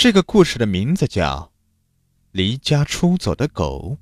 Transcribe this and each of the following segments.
这个故事的名字叫离家出走的狗。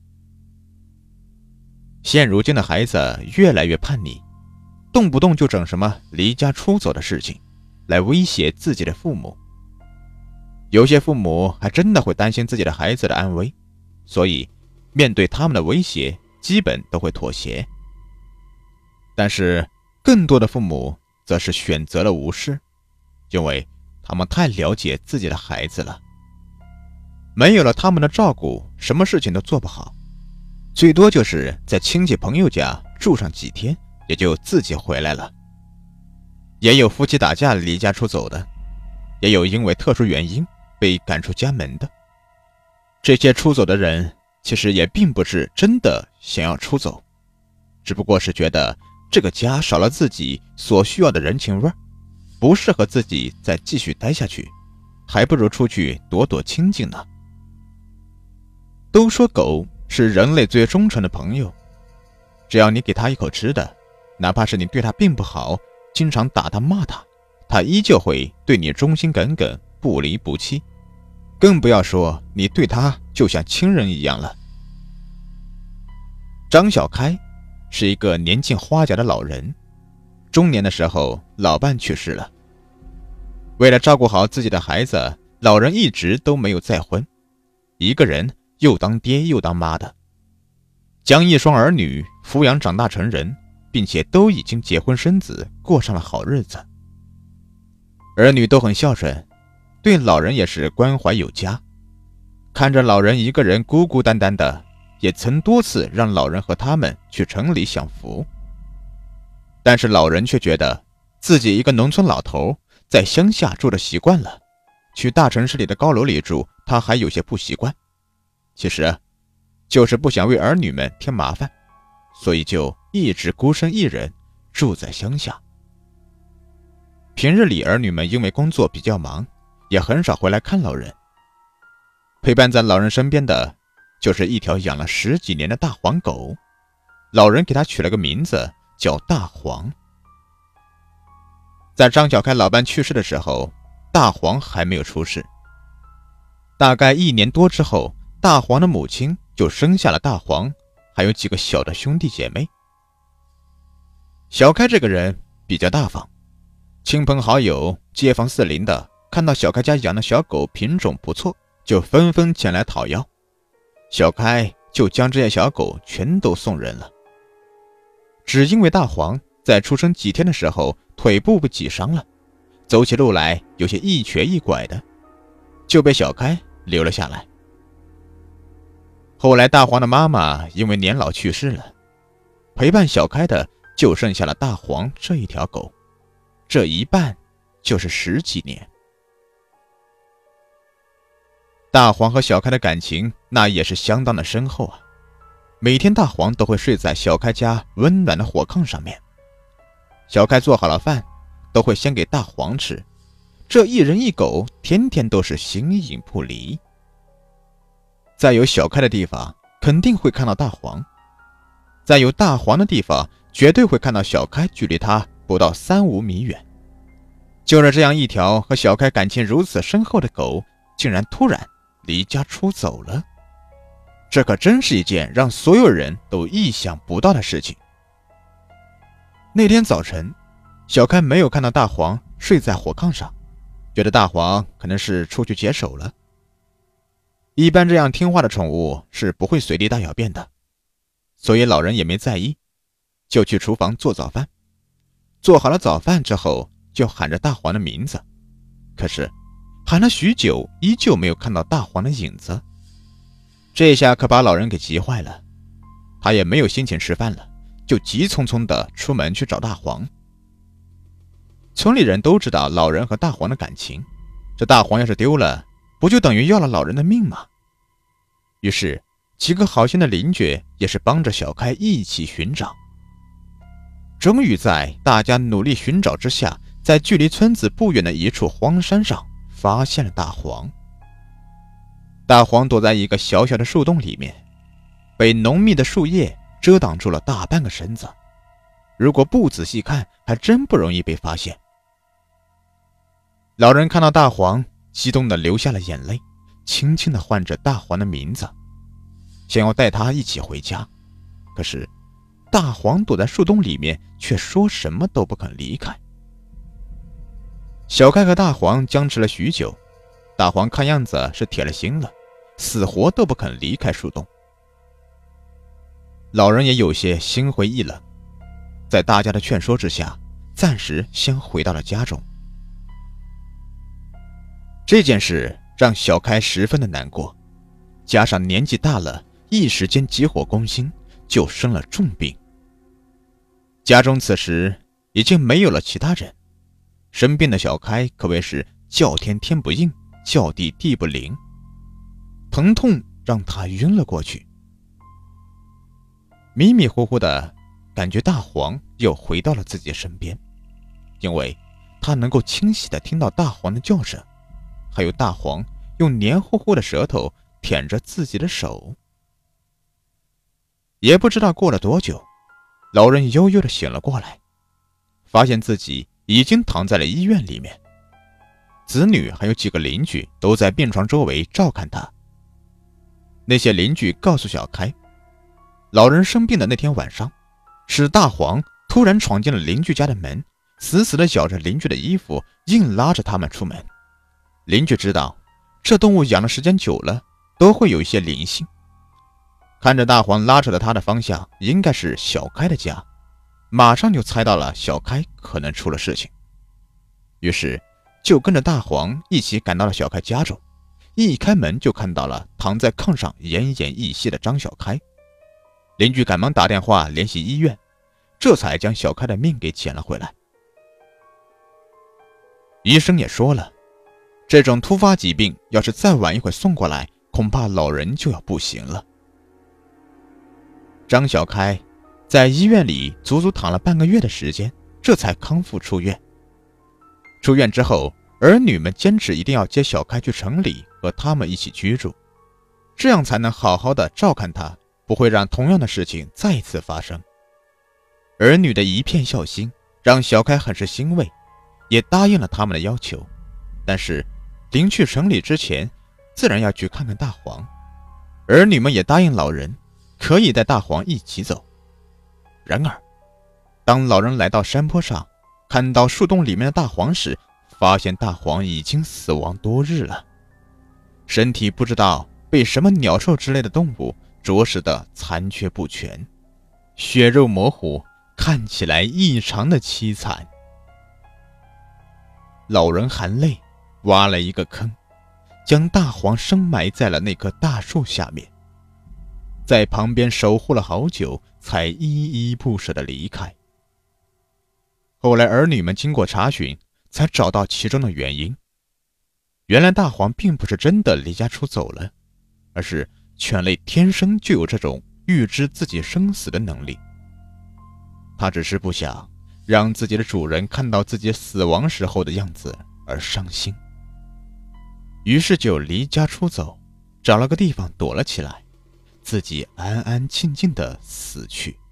现如今的孩子越来越叛逆，动不动就整什么离家出走的事情来威胁自己的父母。有些父母还真的会担心自己的孩子的安危，所以面对他们的威胁基本都会妥协。但是更多的父母则是选择了无视，因为他们太了解自己的孩子了。没有了他们的照顾，什么事情都做不好，最多就是在亲戚朋友家住上几天，也就自己回来了。也有夫妻打架离家出走的，也有因为特殊原因被赶出家门的。这些出走的人其实也并不是真的想要出走，只不过是觉得这个家少了自己所需要的人情味，不适合自己再继续待下去，还不如出去躲躲清静呢。都说狗是人类最忠诚的朋友，只要你给它一口吃的，哪怕是你对它并不好，经常打它骂它，它依旧会对你忠心耿耿，不离不弃，更不要说你对它就像亲人一样了。张小开是一个年近花甲的老人，中年的时候老伴去世了。为了照顾好自己的孩子，老人一直都没有再婚，一个人又当爹又当妈的，将一双儿女抚养长大成人，并且都已经结婚生子，过上了好日子。儿女都很孝顺，对老人也是关怀有加。看着老人一个人孤孤单单的，也曾多次让老人和他们去城里享福。但是老人却觉得自己一个农村老头在乡下住的习惯了，去大城市里的高楼里住，他还有些不习惯。其实就是不想为儿女们添麻烦，所以就一直孤身一人住在乡下。平日里儿女们因为工作比较忙，也很少回来看老人。陪伴在老人身边的就是一条养了10几年的大黄狗，老人给它取了个名字叫大黄。在张小开老伴去世的时候，大黄还没有出世。大概1年多之后，大黄的母亲就生下了大黄，还有几个小的兄弟姐妹。小开这个人比较大方，亲朋好友、街坊四邻的看到小开家养的小狗品种不错，就纷纷前来讨要。小开就将这些小狗全都送人了。只因为大黄在出生几天的时候腿部被挤伤了，走起路来有些一瘸一拐的，就被小开留了下来。后来大黄的妈妈因为年老去世了，陪伴小开的就剩下了大黄这一条狗，这一伴就是10几年。大黄和小开的感情那也是相当的深厚啊。每天大黄都会睡在小开家温暖的火炕上面，小开做好了饭都会先给大黄吃，这一人一狗天天都是形影不离。在有小开的地方肯定会看到大黄，在有大黄的地方绝对会看到小开，距离他不到3-5米远。就是这样一条和小开感情如此深厚的狗，竟然突然离家出走了，这可真是一件让所有人都意想不到的事情。那天早晨，小开没有看到大黄睡在火炕上，觉得大黄可能是出去解手了。一般这样听话的宠物是不会随地大小便的，所以老人也没在意，就去厨房做早饭。做好了早饭之后，就喊着大黄的名字，可是喊了许久，依旧没有看到大黄的影子。这下可把老人给急坏了，他也没有心情吃饭了，就急匆匆地出门去找大黄。村里人都知道老人和大黄的感情，这大黄要是丢了，不就等于要了老人的命吗？于是几个好心的邻居也是帮着小开一起寻找。终于在大家努力寻找之下，在距离村子不远的一处荒山上发现了大黄。大黄躲在一个小小的树洞里面，被浓密的树叶遮挡住了大半个身子，如果不仔细看，还真不容易被发现。老人看到大黄激动地流下了眼泪，轻轻地唤着大黄的名字，想要带他一起回家。可是大黄躲在树洞里面，却说什么都不肯离开。小开和大黄僵持了许久，大黄看样子是铁了心了，死活都不肯离开树洞。老人也有些心灰意冷，在大家的劝说之下，暂时先回到了家中。这件事让小开十分的难过，加上年纪大了，一时间急火攻心，就生了重病。家中此时已经没有了其他人，生病的小开可谓是叫天天不应，叫地地不灵，疼痛让他晕了过去。迷迷糊糊的感觉大黄又回到了自己身边，因为他能够清晰地听到大黄的叫声，还有大黄用黏糊糊的舌头舔着自己的手。也不知道过了多久，老人悠悠地醒了过来，发现自己已经躺在了医院里面，子女还有几个邻居都在病床周围照看他。那些邻居告诉小开，老人生病的那天晚上，是大黄突然闯进了邻居家的门，死死地咬着邻居的衣服，硬拉着他们出门。邻居知道这动物养的时间久了，都会有一些灵性，看着大黄拉扯着他的方向应该是小开的家，马上就猜到了小开可能出了事情，于是就跟着大黄一起赶到了小开家中。一开门就看到了躺在炕上奄奄一息的张小开，邻居赶忙打电话联系医院，这才将小开的命给捡了回来。医生也说了，这种突发疾病要是再晚一会送过来，恐怕老人就要不行了。张小开在医院里足足躺了半个月的时间，这才康复出院。出院之后，儿女们坚持一定要接小开去城里和他们一起居住，这样才能好好的照看他，不会让同样的事情再一次发生。儿女的一片孝心让小开很是欣慰，也答应了他们的要求。但是临去城里之前，自然要去看看大黄。儿女们也答应老人可以带大黄一起走。然而当老人来到山坡上，看到树洞里面的大黄时，发现大黄已经死亡多日了，身体不知道被什么鸟兽之类的动物啄食的残缺不全，血肉模糊，看起来异常的凄惨。老人含泪挖了一个坑，将大黄深埋在了那棵大树下面，在旁边守护了好久，才依依不舍地离开。后来儿女们经过查询，才找到其中的原因。原来大黄并不是真的离家出走了，而是犬类天生就有这种预知自己生死的能力。它只是不想让自己的主人看到自己死亡时候的样子而伤心，于是就离家出走，找了个地方躲了起来，自己安安静静地死去。